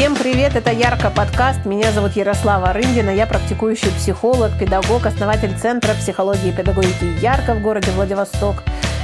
Всем привет, это Ярко подкаст. Меня зовут Ярослава Рындина, я практикующий психолог, педагог, основатель Центра психологии и педагогики Ярко в городе Владивосток.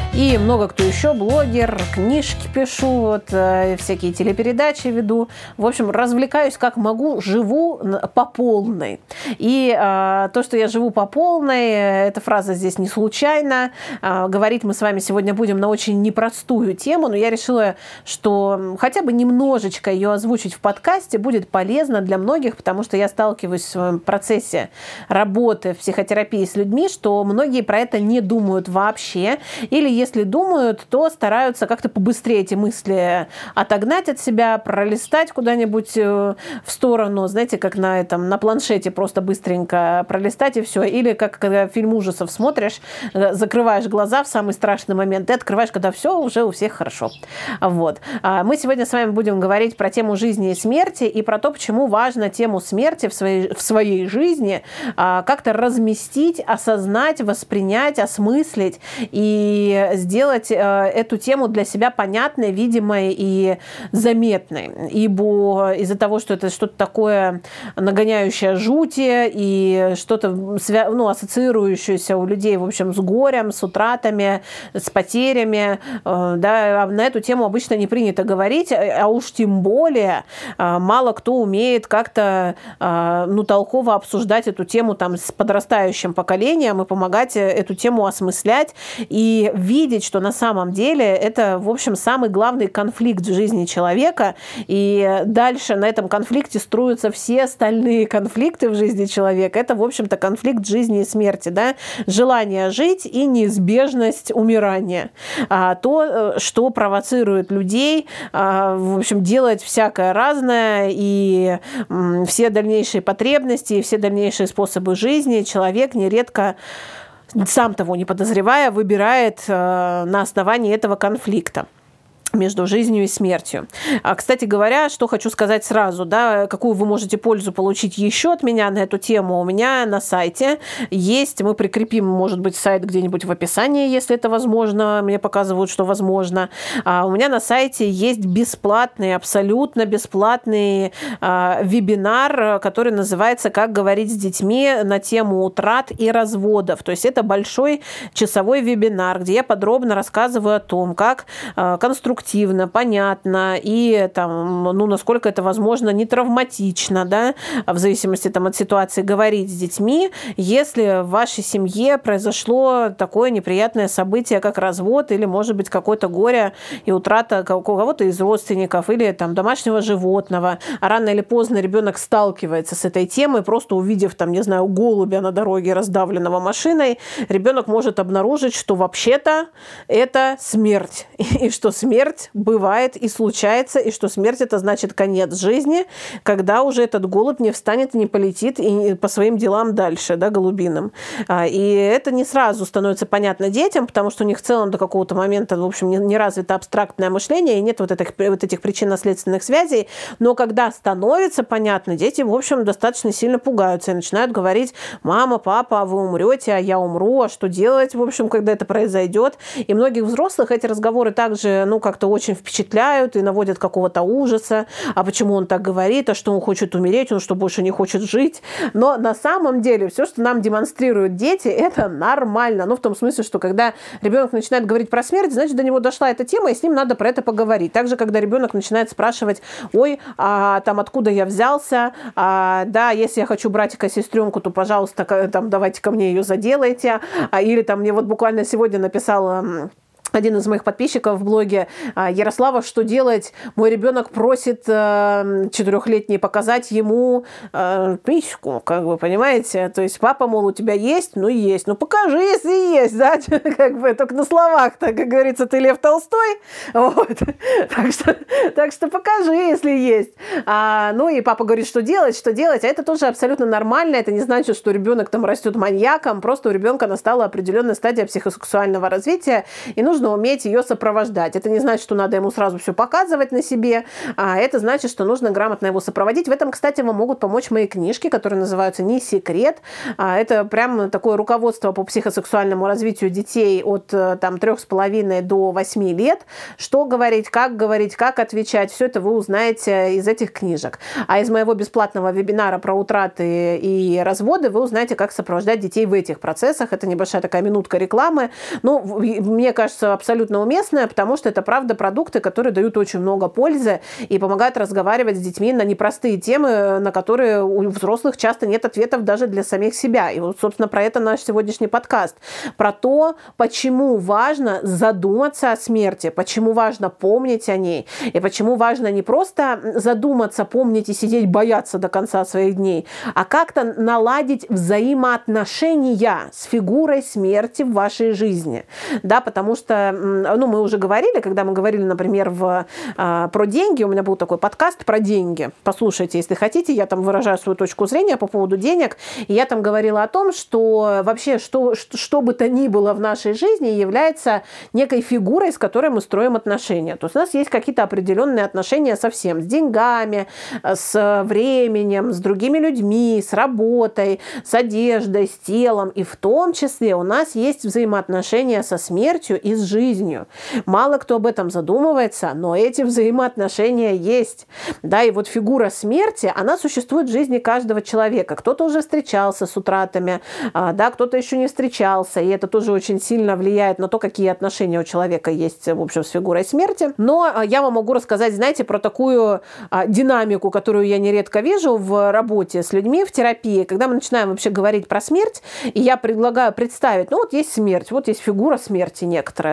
И много кто еще, блогер, книжки пишу, всякие телепередачи веду. В общем, развлекаюсь как могу, живу по полной. И то, что я живу по полной, эта фраза здесь не случайна. Говорить мы с вами сегодня будем на очень непростую тему, но я решила, что хотя бы немножечко ее озвучить в подкасте будет полезно для многих, потому что я сталкиваюсь в своем процессе работы в психотерапии с людьми, что многие про это не думают вообще, или если думают, то стараются как-то побыстрее эти мысли отогнать от себя, пролистать куда-нибудь в сторону, знаете, как на планшете просто быстренько пролистать и все. Или как когда фильм ужасов смотришь, закрываешь глаза в самый страшный момент и открываешь, когда все уже у всех хорошо. Вот. Мы сегодня с вами будем говорить про тему жизни и смерти и про то, почему важно тему смерти в своей жизни как-то разместить, осознать, воспринять, осмыслить и сделать эту тему для себя понятной, видимой и заметной. Ибо из-за того, что это что-то такое нагоняющее жути и что-то ассоциирующееся у людей, в общем, с горем, с утратами, с потерями, да, на эту тему обычно не принято говорить, а уж тем более мало кто умеет как-то толково обсуждать эту тему там с подрастающим поколением и помогать эту тему осмыслять и видеть, что на самом деле это, в общем, самый главный конфликт в жизни человека, и дальше на этом конфликте строятся все остальные конфликты в жизни человека. Это, в общем-то, конфликт жизни и смерти, да? Желание жить и неизбежность умирания. То, что провоцирует людей, в общем, делать всякое разное, и все дальнейшие потребности, и все дальнейшие способы жизни человек нередко, сам того не подозревая, выбирает на основании этого конфликта между жизнью и смертью. Кстати говоря, что хочу сказать сразу, да, какую вы можете пользу получить еще от меня на эту тему, у меня на сайте есть, мы прикрепим, может быть, сайт где-нибудь в описании, если это возможно, мне показывают, что возможно. У меня на сайте есть бесплатный, абсолютно бесплатный вебинар, который называется «Как говорить с детьми на тему утрат и разводов». То есть это большой часовой вебинар, где я подробно рассказываю о том, как конструктивно, понятно и насколько это возможно не травматично, да, в зависимости от ситуации, говорить с детьми, если в вашей семье произошло такое неприятное событие, как развод или, может быть, какое-то горе и утрата кого-то из родственников или домашнего животного. А рано или поздно ребенок сталкивается с этой темой, просто увидев, голубя на дороге, раздавленного машиной, ребенок может обнаружить, что вообще-то это смерть, и что смерть бывает и случается, и что смерть – это значит конец жизни, когда уже этот голубь не встанет и не полетит и по своим делам дальше, да, голубиным. И это не сразу становится понятно детям, потому что у них в целом до какого-то момента, в общем, не развито абстрактное мышление, и нет вот этих причинно-следственных связей. Но когда становится понятно, дети, в общем, достаточно сильно пугаются и начинают говорить: «Мама, папа, вы умрете, а я умру, а что делать, в общем, когда это произойдет?» И многих взрослых эти разговоры также, как-то очень впечатляют и наводят какого-то ужаса. А почему он так говорит? А что он хочет умереть? Он что, больше не хочет жить? Но на самом деле все, что нам демонстрируют дети, это нормально. В том смысле, что когда ребенок начинает говорить про смерть, значит, до него дошла эта тема, и с ним надо про это поговорить. Также, когда ребенок начинает спрашивать: «Ой, откуда я взялся? Да, если я хочу братика-сестренку, то, пожалуйста, давайте ко мне ее заделайте». Или мне буквально сегодня написал один из моих подписчиков в блоге: «Ярослава, что делать? Мой ребенок просит 4-летний показать ему письку», понимаете? То есть папа, мол, у тебя есть? Ну, есть. Ну, покажи, если есть, да? Только на словах-то, как говорится, ты Лев Толстой. Вот. Так что покажи, если есть. И папа говорит, что делать? А это тоже абсолютно нормально. Это не значит, что ребенок растет маньяком. Просто у ребенка настала определенная стадия психосексуального развития, и нужно нужно уметь ее сопровождать. Это не значит, что надо ему сразу все показывать на себе, а это значит, что нужно грамотно его сопроводить. В этом, кстати, вам могут помочь мои книжки, которые называются «Не секрет». Это прям такое руководство по психосексуальному развитию детей от там 3,5 до 8 лет. Что говорить, как отвечать, все это вы узнаете из этих книжек. А из моего бесплатного вебинара про утраты и разводы вы узнаете, как сопровождать детей в этих процессах. Это небольшая такая минутка рекламы. Ну, мне кажется, абсолютно уместная, потому что это, правда, продукты, которые дают очень много пользы и помогают разговаривать с детьми на непростые темы, на которые у взрослых часто нет ответов даже для самих себя. И вот, собственно, про это наш сегодняшний подкаст. Про то, почему важно задуматься о смерти, почему важно помнить о ней, и почему важно не просто задуматься, помнить и сидеть, бояться до конца своих дней, а как-то наладить взаимоотношения с фигурой смерти в вашей жизни. Да, потому что, ну, мы уже говорили, когда мы говорили, например, про деньги, у меня был такой подкаст про деньги. Послушайте, если хотите, я там выражаю свою точку зрения по поводу денег, и я там говорила о том, что вообще, что бы то ни было в нашей жизни, является некой фигурой, с которой мы строим отношения. То есть у нас есть какие-то определенные отношения со всем, с деньгами, с временем, с другими людьми, с работой, с одеждой, с телом, и в том числе у нас есть взаимоотношения со смертью и с жизнью. Мало кто об этом задумывается, но эти взаимоотношения есть. Да, и вот фигура смерти, она существует в жизни каждого человека. Кто-то уже встречался с утратами, да, кто-то еще не встречался, и это тоже очень сильно влияет на то, какие отношения у человека есть, в общем, с фигурой смерти. Но я вам могу рассказать, знаете, про такую динамику, которую я нередко вижу в работе с людьми, в терапии, когда мы начинаем вообще говорить про смерть, и я предлагаю представить, ну вот есть смерть, вот есть фигура смерти некоторая,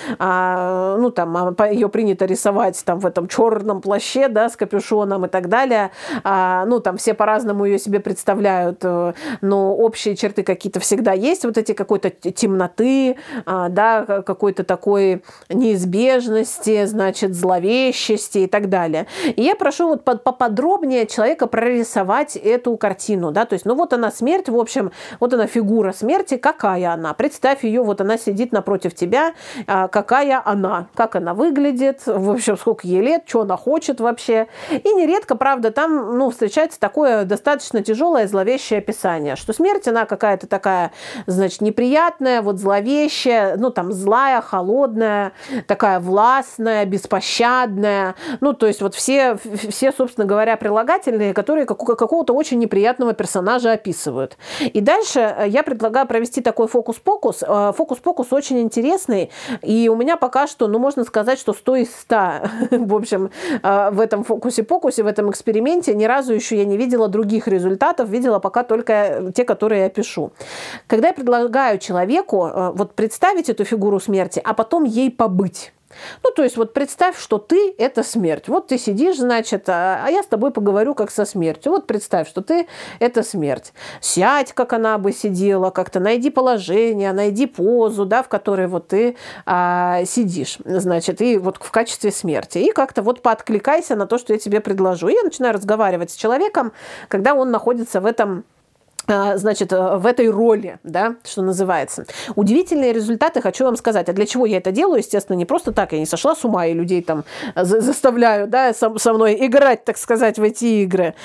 да, ну там ее принято рисовать там в этом черном плаще, да, с капюшоном и так далее, ну там все по-разному ее себе представляют, но общие черты какие-то всегда есть, вот эти какой-то темноты, да, какой-то такой неизбежности, значит, зловещести и так далее. И я прошу вот поподробнее человека прорисовать эту картину, да, то есть, ну вот она смерть, в общем, вот она фигура смерти, какая она? Представь ее, вот она сидит напротив тебя, какая она, как она выглядит, в общем, сколько ей лет, что она хочет вообще. И нередко, правда, там, ну, встречается такое достаточно тяжелое зловещее описание, что смерть, она какая-то такая, значит, неприятная, вот зловещая, ну, там, злая, холодная, такая властная, беспощадная, ну, то есть вот все, собственно говоря, прилагательные, которые какого-то очень неприятного персонажа описывают. И дальше я предлагаю провести такой фокус-покус. Фокус-покус очень интересный, и у меня пока что, ну, можно сказать, что 100 из 100. В общем, в этом фокусе-покусе, в этом эксперименте ни разу еще я не видела других результатов, видела пока только те, которые я пишу. Когда я предлагаю человеку вот представить эту фигуру смерти, а потом ей побыть. Ну, то есть, вот представь, что ты – это смерть. Вот ты сидишь, значит, а я с тобой поговорю как со смертью. Вот представь, что ты – это смерть. Сядь, как она бы сидела, как-то найди положение, найди позу, да, в которой вот ты сидишь, значит, и вот в качестве смерти. И как-то вот пооткликайся на то, что я тебе предложу. И я начинаю разговаривать с человеком, когда он находится в этом, значит, в этой роли, да, что называется. Удивительные результаты, хочу вам сказать. А для чего я это делаю? Естественно, не просто так. Я не сошла с ума и людей там заставляю, да, со мной играть, так сказать, в эти игры.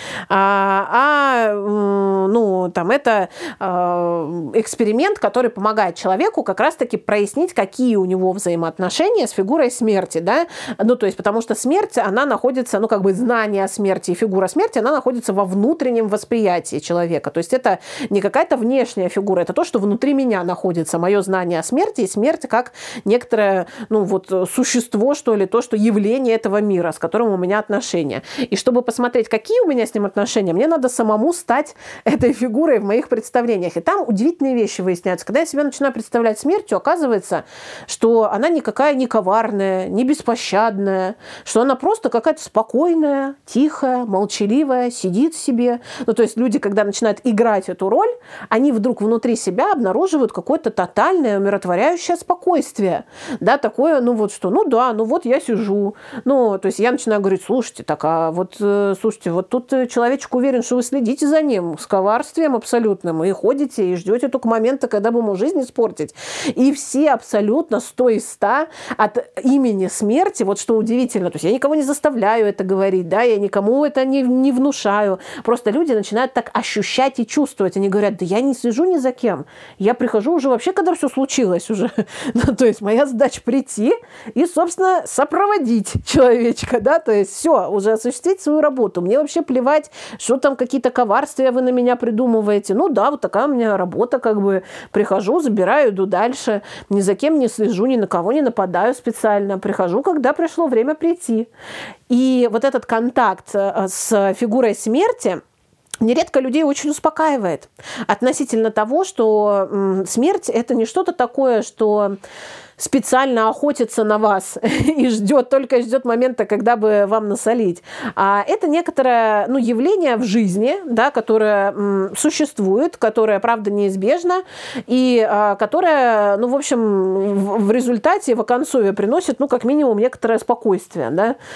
Ну, там, это эксперимент, который помогает человеку как раз-таки прояснить, какие у него взаимоотношения с фигурой смерти, да. Ну, то есть, потому что смерть, она находится, ну, как бы знание о смерти и фигура смерти, она находится во внутреннем восприятии человека. То есть, это не какая-то внешняя фигура, это то, что внутри меня находится, мое знание о смерти, и смерть как некоторое, ну, вот, существо, что ли, то, что явление этого мира, с которым у меня отношения. И чтобы посмотреть, какие у меня с ним отношения, мне надо самому стать этой фигурой в моих представлениях. И там удивительные вещи выясняются. Когда я себя начинаю представлять смертью, оказывается, что она никакая не коварная, не беспощадная, что она просто какая-то спокойная, тихая, молчаливая, сидит себе. Ну, то есть люди, когда начинают играть играть эту роль, они вдруг внутри себя обнаруживают какое-то тотальное умиротворяющее спокойствие. Да, такое, ну вот что, ну да, ну вот я сижу. Ну, то есть я начинаю говорить, слушайте, так, а вот, слушайте, вот тут человечек уверен, что вы следите за ним с коварствием абсолютным и ходите, и ждете только момента, когда бы ему жизнь испортить. И все абсолютно 100 из 100 от имени смерти, вот что удивительно, то есть я никого не заставляю это говорить, да, я никому это не внушаю. Просто люди начинают так ощущать и чувствовать. Они говорят, да я не слежу ни за кем. Я прихожу уже вообще, когда все случилось уже. Ну, то есть моя задача прийти и, собственно, сопроводить человечка, да, то есть все, уже осуществить свою работу. Мне вообще плевать, что там какие-то коварствия вы на меня придумываете. Ну да, вот такая у меня работа, как бы прихожу, забираю, иду дальше. Ни за кем не слежу, ни на кого не нападаю специально. Прихожу, когда пришло время прийти. И вот этот контакт с фигурой смерти нередко людей очень успокаивает относительно того, что смерть – это не что-то такое, что специально охотится на вас и только ждет момента, когда бы вам насолить. А это некоторое явление в жизни, да, которое существует, которое, правда, неизбежно, и которое, в общем, в результате, в оконцове приносит, как минимум, некоторое спокойствие.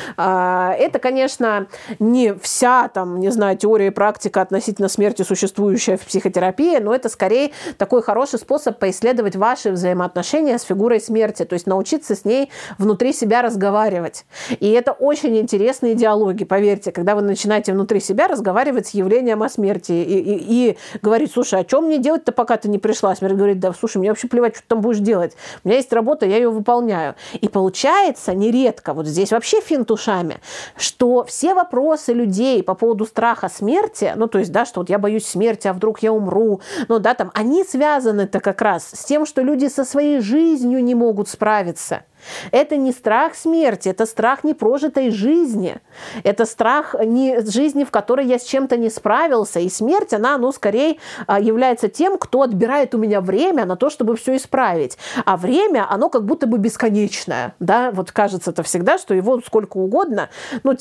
Да. Это, конечно, не вся, теория и практика относительно смерти, существующая в психотерапии, но это скорее такой хороший способ поисследовать ваши взаимоотношения с фигурой смерти, то есть научиться с ней внутри себя разговаривать. И это очень интересные диалоги, поверьте, когда вы начинаете внутри себя разговаривать с явлением о смерти и говорить, слушай, а что мне делать-то, пока ты не пришла? Смерть говорит, да, слушай, мне вообще плевать, что ты там будешь делать. У меня есть работа, я ее выполняю. И получается нередко, вот здесь вообще финт ушами, что все вопросы людей по поводу страха смерти, то есть, да, что вот я боюсь смерти, а вдруг я умру, они связаны-то как раз с тем, что люди со своей жизнью не могут справиться. Это не страх смерти, это страх непрожитой жизни. Это страх жизни, в которой я с чем-то не справился. И смерть, она, скорее является тем, кто отбирает у меня время на то, чтобы все исправить. А время, оно как будто бы бесконечное. Да? Вот кажется-то всегда, что его сколько угодно. Мы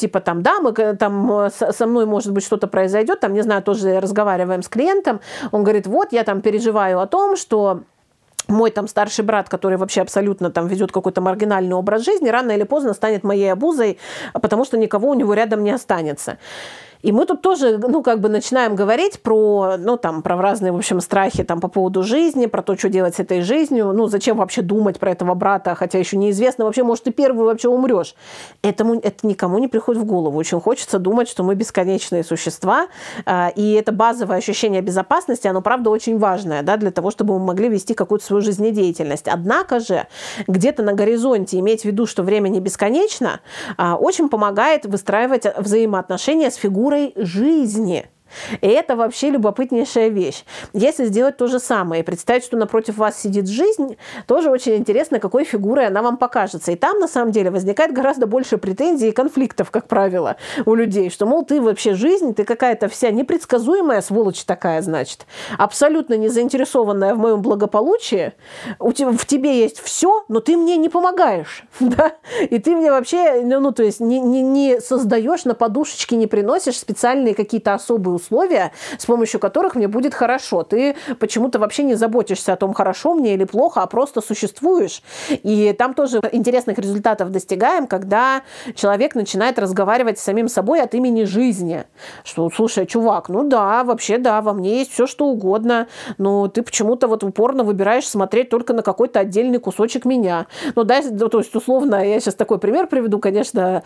со мной, может быть, что-то произойдет. Не знаю, тоже разговариваем с клиентом. Он говорит, вот, я переживаю о том, что мой старший брат, который вообще абсолютно ведет какой-то маргинальный образ жизни, рано или поздно станет моей обузой, потому что никого у него рядом не останется. И мы тут тоже, начинаем говорить про разные, в общем, страхи по поводу жизни, про то, что делать с этой жизнью, зачем вообще думать про этого брата, хотя еще неизвестно, вообще, может, ты первый вообще умрешь. Это никому не приходит в голову. Очень хочется думать, что мы бесконечные существа, и это базовое ощущение безопасности, оно, правда, очень важное, да, для того, чтобы мы могли вести какую-то свою жизнедеятельность. Однако же, где-то на горизонте иметь в виду, что время не бесконечно, очень помогает выстраивать взаимоотношения с фигурой жизни. И это вообще любопытнейшая вещь. Если сделать то же самое и представить, что напротив вас сидит жизнь, тоже очень интересно, какой фигурой она вам покажется. И там, на самом деле, возникает гораздо больше претензий и конфликтов, как правило, у людей, что, мол, ты вообще жизнь, ты какая-то вся непредсказуемая сволочь такая, значит, абсолютно не заинтересованная в моем благополучии, в тебе есть все, но ты мне не помогаешь, да? И ты мне вообще, то есть не создаешь на подушечке, не приносишь специальные какие-то особые условия, с помощью которых мне будет хорошо. Ты почему-то вообще не заботишься о том, хорошо мне или плохо, а просто существуешь. И там тоже интересных результатов достигаем, когда человек начинает разговаривать с самим собой от имени жизни. Что, слушай, чувак, вообще, во мне есть все, что угодно, но ты почему-то упорно выбираешь смотреть только на какой-то отдельный кусочек меня. То есть, условно, я сейчас такой пример приведу, конечно,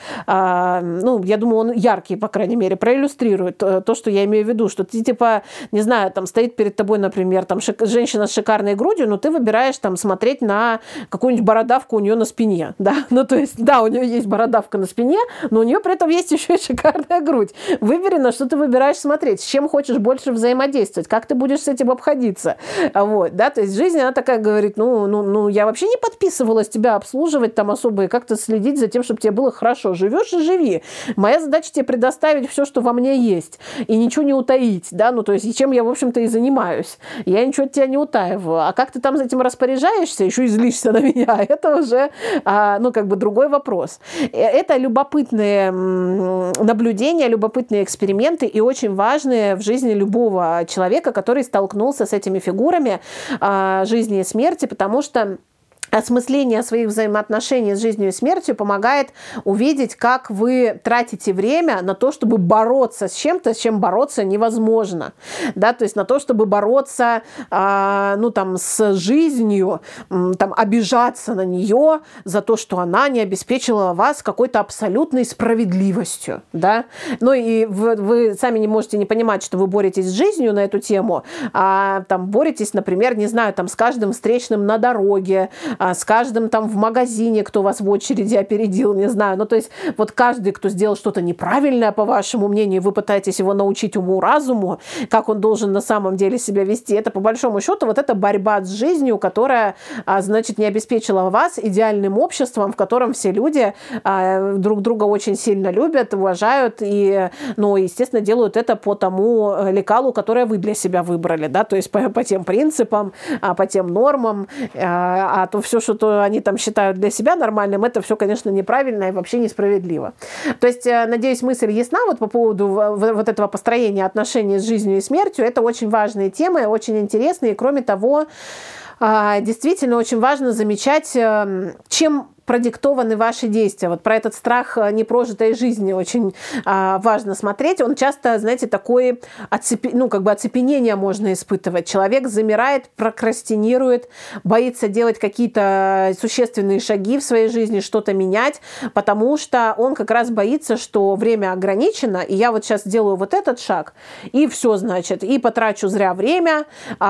я думаю, он яркий, по крайней мере, проиллюстрирует то, что я имею в виду, что ты, не знаю, стоит перед тобой, например, женщина с шикарной грудью, но ты выбираешь смотреть на какую-нибудь бородавку у нее на спине, да, то есть, да, у нее есть бородавка на спине, но у нее при этом есть еще и шикарная грудь. Выбери, на что ты выбираешь смотреть, с чем хочешь больше взаимодействовать, как ты будешь с этим обходиться, вот, да, то есть жизнь, она такая говорит, я вообще не подписывалась тебя обслуживать там особо, и как-то следить за тем, чтобы тебе было хорошо. Живешь и живи. Моя задача тебе предоставить все, что во мне есть, и ничего не утаить, да, ну, то есть, и чем я, в общем-то, и занимаюсь. Я ничего от тебя не утаиваю. А как ты там за этим распоряжаешься, еще и злишься на меня, это уже, ну, как бы другой вопрос. Это любопытные наблюдения, любопытные эксперименты и очень важные в жизни любого человека, который столкнулся с этими фигурами жизни и смерти, потому что осмысление своих взаимоотношений с жизнью и смертью помогает увидеть, как вы тратите время на то, чтобы бороться с чем-то, с чем бороться невозможно. Да, то есть на то, чтобы бороться ну, там, с жизнью, там, обижаться на нее за то, что она не обеспечила вас какой-то абсолютной справедливостью. Да? Ну и вы сами не можете не понимать, что вы боретесь с жизнью на эту тему, а там, боретесь, например, не знаю, там, с каждым встречным на дороге, с каждым там в магазине, кто вас в очереди опередил, не знаю. Ну, то есть вот каждый, кто сделал что-то неправильное, по вашему мнению, вы пытаетесь его научить уму-разуму, как он должен на самом деле себя вести. Это, по большому счету, вот эта борьба с жизнью, которая, значит, не обеспечила вас идеальным обществом, в котором все люди друг друга очень сильно любят, уважают и, ну, естественно, делают это по тому лекалу, которое вы для себя выбрали, да, то есть по тем принципам, по тем нормам, а то все, что они там считают для себя нормальным, это все, конечно, неправильно и вообще несправедливо. То есть, надеюсь, мысль ясна вот по поводу вот этого построения отношений с жизнью и смертью. Это очень важные темы, очень интересные. И, кроме того, действительно очень важно замечать, чем продиктованы ваши действия. Вот про этот страх непрожитой жизни очень важно смотреть. Он часто, знаете, такое оцепенение можно испытывать. Человек замирает, прокрастинирует, боится делать какие-то существенные шаги в своей жизни, что-то менять, потому что он как раз боится, что время ограничено, и я вот сейчас делаю вот этот шаг, и все, значит, и потрачу зря время,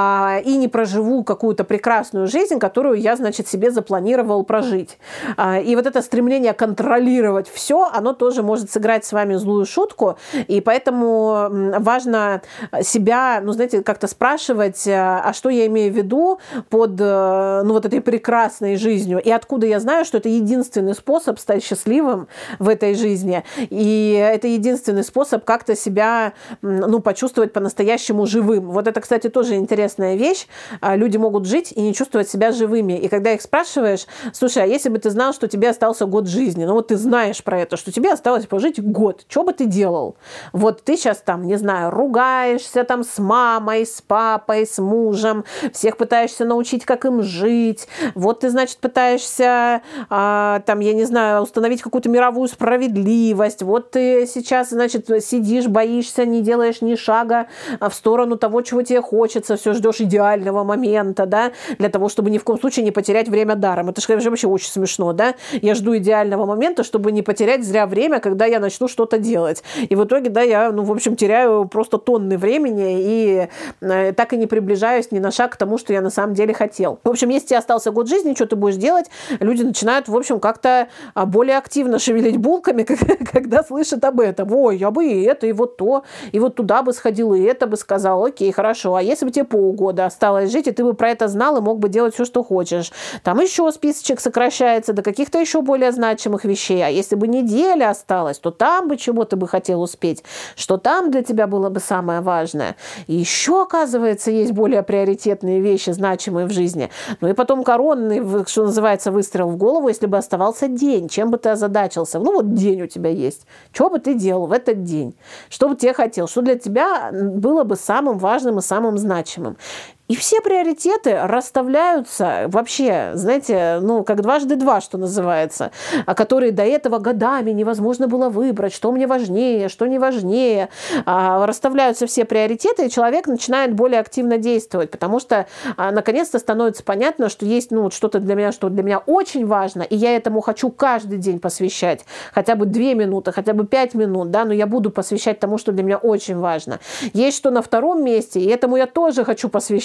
и не проживу какую-то прекрасную жизнь, которую я, значит, себе запланировал прожить. И вот это стремление контролировать все, оно тоже может сыграть с вами злую шутку, и поэтому важно себя, ну, знаете, как-то спрашивать, а что я имею в виду под, ну, вот этой прекрасной жизнью, и откуда я знаю, что это единственный способ стать счастливым в этой жизни, и это единственный способ как-то себя, ну, почувствовать по-настоящему живым. Вот это, кстати, тоже интересная вещь. Люди могут жить и не чувствовать себя живыми, и когда их спрашиваешь, слушай, а если бы ты знал, что тебе остался год жизни, ну вот ты знаешь про это, что тебе осталось пожить год, что бы ты делал? Вот ты сейчас там, не знаю, ругаешься там с мамой, с папой, с мужем, всех пытаешься научить, как им жить, вот ты, значит, пытаешься там, я не знаю, установить какую-то мировую справедливость, вот ты сейчас, значит, сидишь, боишься, не делаешь ни шага в сторону того, чего тебе хочется, все ждешь идеального момента, да, для того, чтобы ни в коем случае не потерять время даром. Это же вообще очень смешно, да? Я жду идеального момента, чтобы не потерять зря время, когда я начну что-то делать. И в итоге, да, я, ну, в общем, теряю просто тонны времени и так и не приближаюсь ни на шаг к тому, что я на самом деле хотел. В общем, если тебе остался год жизни, что ты будешь делать? Люди начинают, в общем, как-то более активно шевелить булками, когда слышат об этом. Ой, я бы и это, и вот то, и вот туда бы сходил, и это бы сказал. Окей, хорошо. А если бы тебе полгода осталось жить, и ты бы про это знал и мог бы делать все, что хочешь? Там еще списочек сокращается до каких-то еще более значимых вещей. А если бы неделя осталась, то там бы чего ты бы хотел успеть, что там для тебя было бы самое важное. И еще, оказывается, есть более приоритетные вещи, значимые в жизни. Ну и потом коронный, что называется, выстрел в голову, если бы оставался день, чем бы ты озадачился. Ну вот день у тебя есть. Что бы ты делал в этот день? Что бы тебе хотел? Что для тебя было бы самым важным и самым значимым? И все приоритеты расставляются вообще, знаете, ну, как дважды два, что называется, которые до этого годами невозможно было выбрать, что мне важнее, что не важнее. Расставляются все приоритеты, и человек начинает более активно действовать, потому что наконец-то становится понятно, что есть, ну, что-то для меня, что для меня очень важно, и я этому хочу каждый день посвящать. Хотя бы 2 минуты, хотя бы 5 минут, да, но я буду посвящать тому, что для меня очень важно. Есть что на втором месте, и этому я тоже хочу посвящать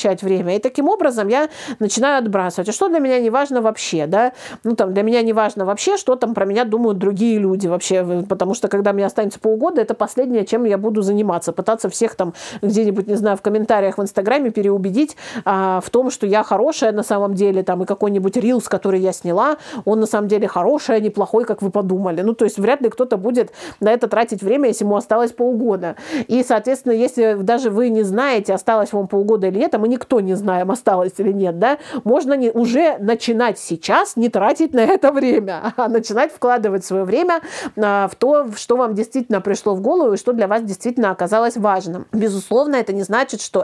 посвящать время. И таким образом я начинаю отбрасывать. А что для меня не важно вообще, да? Для меня не важно вообще, что там про меня думают другие люди вообще, потому что когда мне останется полгода, это последнее, чем я буду заниматься. Пытаться всех там где-нибудь, не знаю, в комментариях в Инстаграме переубедить в том, что я хорошая на самом деле, там, и какой-нибудь рилс, который я сняла, он на самом деле хороший, а не плохой, как вы подумали. То есть вряд ли кто-то будет на это тратить время, если ему осталось полгода. И, соответственно, если даже вы не знаете, осталось вам полгода или нет, а мы никто не знаем, осталось или нет, да, можно уже начинать сейчас не тратить на это время, а начинать вкладывать свое время в то, что вам действительно пришло в голову и что для вас действительно оказалось важным. Безусловно, это не значит, что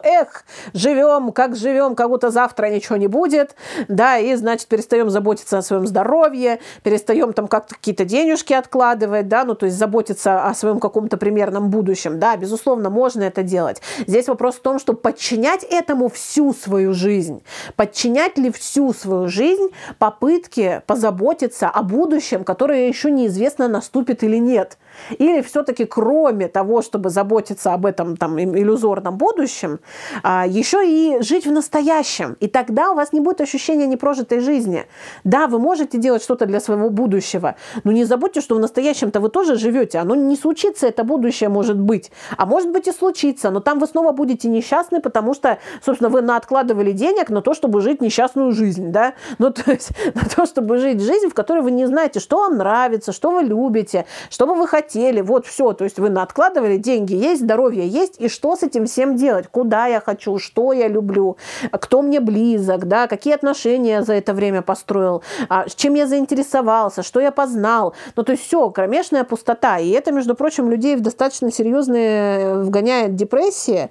живем, как будто завтра ничего не будет, да, и, значит, перестаем заботиться о своем здоровье, перестаем там как-то какие-то денежки откладывать, да, то есть заботиться о своем каком-то примерном будущем, да, безусловно, можно это делать. Здесь вопрос в том, чтобы подчинять этому всю свою жизнь. Подчинять ли всю свою жизнь попытке позаботиться о будущем, которое еще неизвестно, наступит или нет. Или все-таки кроме того, чтобы заботиться об этом там иллюзорном будущем, еще и жить в настоящем. И тогда у вас не будет ощущения непрожитой жизни. Да, вы можете делать что-то для своего будущего, но не забудьте, что в настоящем-то вы тоже живете. Оно не случится, это будущее может быть. А может быть и случится, но там вы снова будете несчастны, потому что, собственно, вы откладывали денег на то, чтобы жить несчастную жизнь, да? То есть на то, чтобы жить жизнь, в которой вы не знаете, что вам нравится, что вы любите, что бы вы хотели, вот все. То есть вы откладывали, деньги есть, здоровье есть, и что с этим всем делать? Куда я хочу, что я люблю, кто мне близок, да? Какие отношения я за это время построил, чем я заинтересовался, что я познал. То есть все, кромешная пустота. И это, между прочим, людей в достаточно серьезные вгоняет депрессии.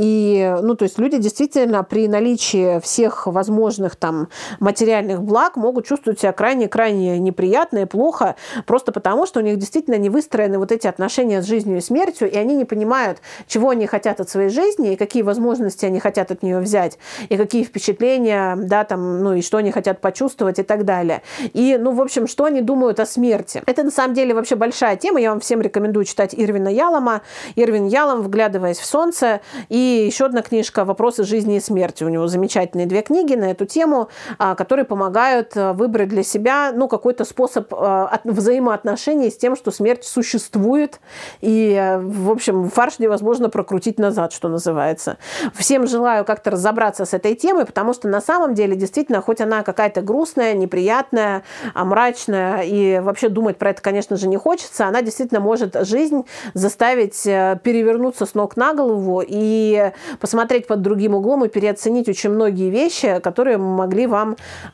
И, то есть люди действительно при наличии всех возможных там материальных благ могут чувствовать себя крайне-крайне неприятно и плохо, просто потому, что у них действительно не выстроены вот эти отношения с жизнью и смертью, и они не понимают, чего они хотят от своей жизни, и какие возможности они хотят от нее взять, и какие впечатления, да, там, и что они хотят почувствовать и так далее. И, в общем, что они думают о смерти. Это, на самом деле, вообще большая тема. Я вам всем рекомендую читать Ирвина Ялома. Ирвин Ялом «Вглядываясь в солнце». И еще одна книжка «Вопросы жизни и смерти». У него замечательные 2 книги на эту тему, которые помогают выбрать для себя, какой-то способ взаимоотношений с тем, что смерть существует. И, в общем, фарш невозможно прокрутить назад, что называется. Всем желаю как-то разобраться с этой темой, потому что на самом деле, действительно, хоть она какая-то грустная, неприятная, мрачная, и вообще думать про это, конечно же, не хочется, она действительно может жизнь заставить перевернуться с ног на голову и посмотреть под другим углом и переоценить очень многие вещи, которые могли вам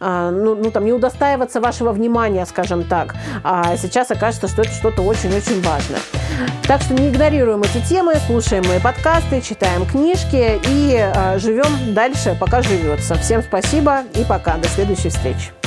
не удостаиваться вашего внимания, скажем так. А сейчас окажется, что это что-то очень-очень важное. Так что не игнорируем эти темы, слушаем мои подкасты, читаем книжки и живем дальше, пока живется. Всем спасибо и пока. До следующей встречи.